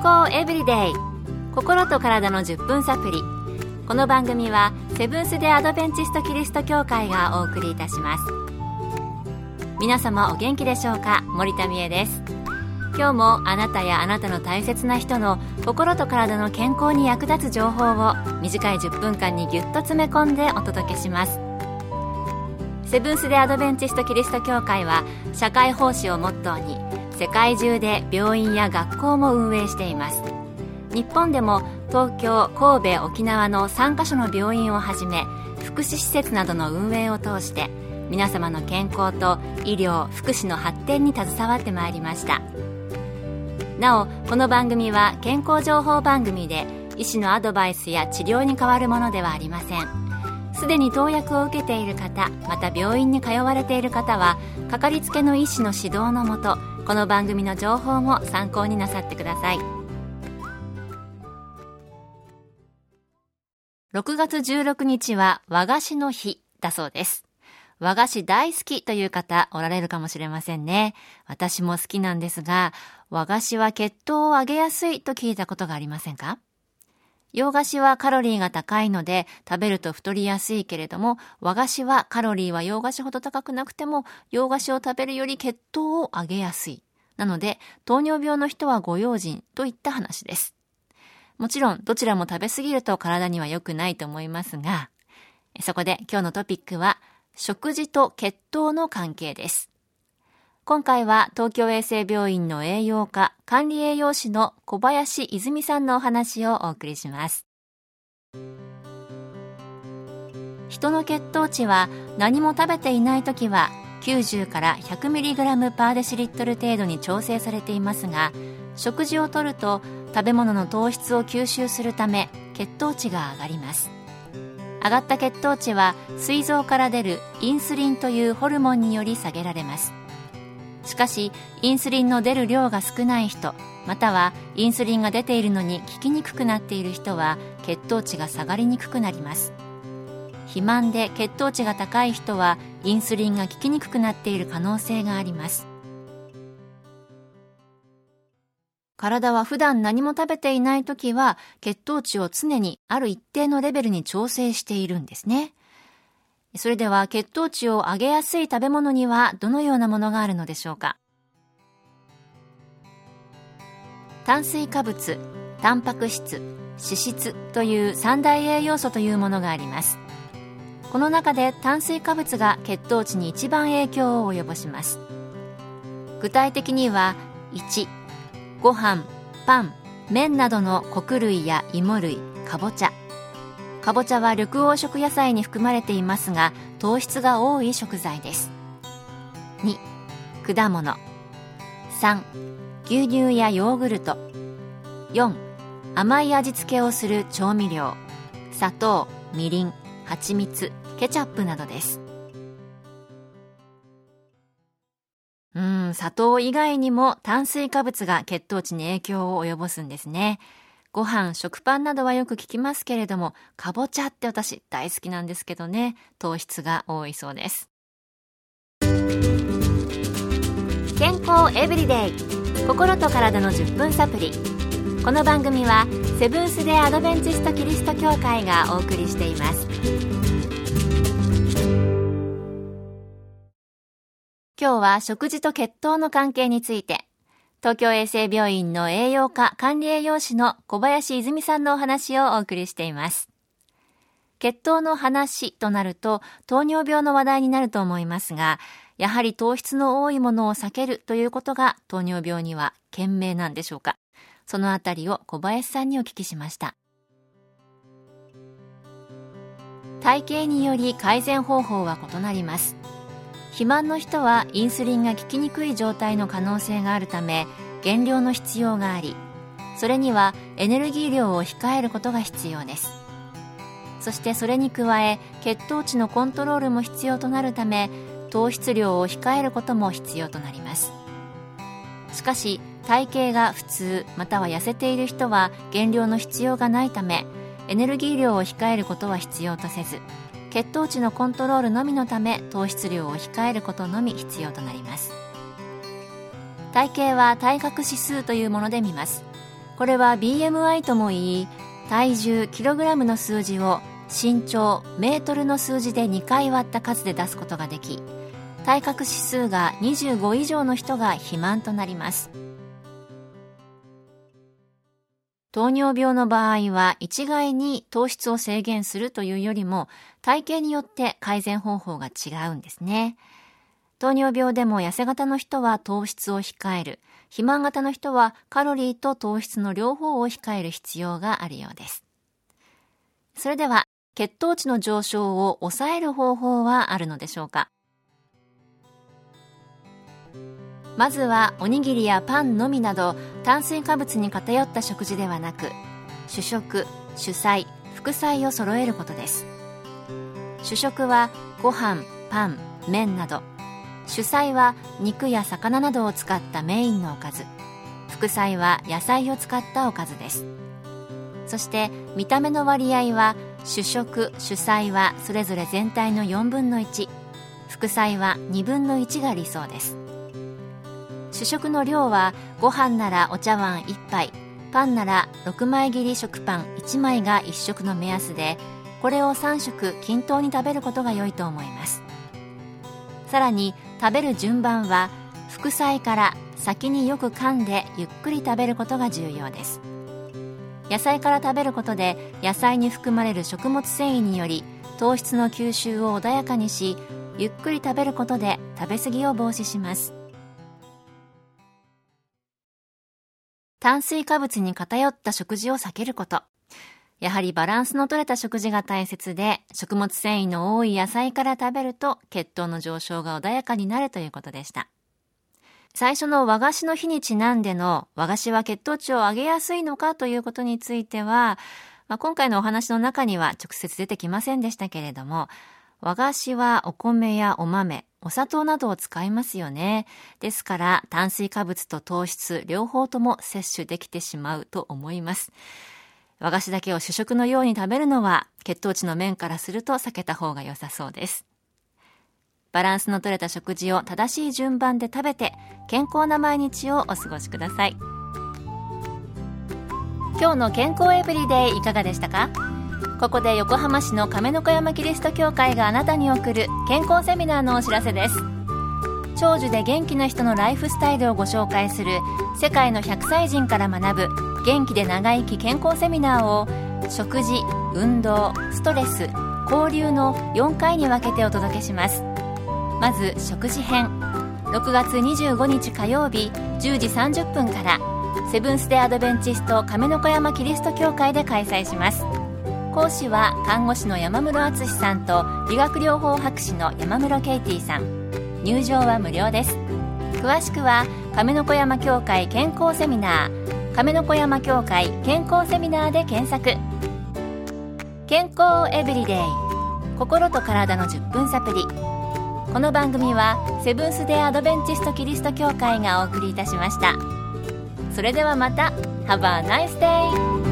康エブリデイ、心と体の10分サプリ。この番組はセブンス・デ・アドベンチスト・キリスト教会がお送りいたします。皆様お元気でしょうか。森田美恵です。今日もあなたやあなたの大切な人の心と体の健康に役立つ情報を短い10分間にぎゅっと詰め込んでお届けします。セブンス・デ・アドベンチスト・キリスト教会は社会奉仕をモットーに世界中で病院や学校も運営しています。日本でも東京、神戸、沖縄の3カ所の病院をはじめ福祉施設などの運営を通して皆様の健康と医療・福祉の発展に携わってまいりました。なお、この番組は健康情報番組で医師のアドバイスや治療に代わるものではありません。すでに投薬を受けている方、また病院に通われている方はかかりつけの医師の指導のもと、この番組の情報も参考になさってください。6月16日は和菓子の日だそうです。和菓子大好きという方おられるかもしれませんね。私も好きなんですが、和菓子は血糖を上げやすいと聞いたことがありませんか？洋菓子はカロリーが高いので食べると太りやすいけれども、和菓子はカロリーは洋菓子ほど高くなくても洋菓子を食べるより血糖を上げやすい。なので糖尿病の人はご用心といった話です。もちろんどちらも食べ過ぎると体には良くないと思いますが、そこで今日のトピックは食事と血糖の関係です。今回は東京衛生病院の栄養科管理栄養士の小林泉さんのお話をお送りします。人の血糖値は何も食べていないときは90から 100mg パーデシリットル程度に調整されていますが、食事をとると食べ物の糖質を吸収するため血糖値が上がります。上がった血糖値は膵臓から出るインスリンというホルモンにより下げられます。しかしインスリンの出る量が少ない人、またはインスリンが出ているのに効きにくくなっている人は血糖値が下がりにくくなります。肥満で血糖値が高い人はインスリンが効きにくくなっている可能性があります。体は普段何も食べていないときは血糖値を常にある一定のレベルに調整しているんですね。それでは血糖値を上げやすい食べ物にはどのようなものがあるのでしょうか。炭水化物、タンパク質、脂質という三大栄養素というものがあります。この中で炭水化物が血糖値に一番影響を及ぼします。具体的には1、ご飯、パン、麺などの穀類や芋類、かぼちゃ。かぼちゃは緑黄色野菜に含まれていますが糖質が多い食材です。2、果物。3、牛乳やヨーグルト。4、甘い味付けをする調味料、砂糖、みりん、蜂蜜、ケチャップなどです。砂糖以外にも炭水化物が血糖値に影響を及ぼすんですね。ご飯、食パンなどはよく聞きますけれども、かぼちゃって私大好きなんですけどね、糖質が多いそうです。健康エブリデイ、心と体の10分サプリ。この番組はセブンス・デ・アドベンチスト・キリスト教会がお送りしています。今日は食事と血糖の関係について、東京衛生病院の栄養科管理栄養士の小林泉さんのお話をお送りしています。血糖の話となると糖尿病の話題になると思いますが、やはり糖質の多いものを避けるということが糖尿病には賢明なんでしょうか。そのあたりを小林さんにお聞きしました。体型により改善方法は異なります。肥満の人はインスリンが効きにくい状態の可能性があるため減量の必要があり、それにはエネルギー量を控えることが必要です。そしてそれに加え血糖値のコントロールも必要となるため糖質量を控えることも必要となります。しかし体型が普通または痩せている人は減量の必要がないためエネルギー量を控えることは必要とせず、血糖値のコントロールのみのため糖質量を控えることのみ必要となります。体型は体格指数というもので見ます。ここれは BMI とも言い、体重キログラムの数字を身長メートルの数字で2回割った数で出すことができ、体格指数が25以上の人が肥満となります。糖尿病の場合は一概に糖質を制限するというよりも、体型によって改善方法が違うんですね。糖尿病でも痩せ型の人は糖質を控える、肥満型の人はカロリーと糖質の両方を控える必要があるようです。それでは血糖値の上昇を抑える方法はあるのでしょうか。まずはおにぎりやパンのみなど炭水化物に偏った食事ではなく、主食、主菜、副菜を揃えることです。主食はご飯、パン、麺など、主菜は肉や魚などを使ったメインのおかず、副菜は野菜を使ったおかずです。そして見た目の割合は主食、主菜はそれぞれ全体の4分の1、副菜は2分の1が理想です。主食の量はご飯ならお茶碗1杯、パンなら6枚切り食パン1枚が1食の目安で、これを3食均等に食べることが良いと思います。さらに食べる順番は副菜から先によく噛んでゆっくり食べることが重要です。野菜から食べることで野菜に含まれる食物繊維により糖質の吸収を穏やかにし、ゆっくり食べることで食べ過ぎを防止します。炭水化物に偏った食事を避けること。やはりバランスの取れた食事が大切で、食物繊維の多い野菜から食べると血糖の上昇が穏やかになるということでした。最初の和菓子の日にちなんでの和菓子は血糖値を上げやすいのかということについては、今回のお話の中には直接出てきませんでしたけれども、和菓子はお米やお豆、お砂糖などを使いますよね。ですから炭水化物と糖質両方とも摂取できてしまうと思います。和菓子だけを主食のように食べるのは血糖値の面からすると避けた方が良さそうです。バランスの取れた食事を正しい順番で食べて健康な毎日をお過ごしください。今日の健康エブリデイいかがでしたか？ここで横浜市の亀の子山キリスト教会があなたに送る健康セミナーのお知らせです。長寿で元気な人のライフスタイルをご紹介する世界の100歳人から学ぶ元気で長生き健康セミナーを食事、運動、ストレス、交流の4回に分けてお届けします。まず食事編、6月25日火曜日10時30分からセブンス・デ・アドベンチスト亀の子山キリスト教会で開催します。講師は看護師の山室敦さんと理学療法博士の山室ケイティさん。入場は無料です。詳しくは亀の子山教会健康セミナー、亀の子山教会健康セミナーで検索。健康エブリデイ、心と体の10分サプリ。この番組はセブンス・デ・アドベンチストキリスト教会がお送りいたしました。それではまた。Have a nice day!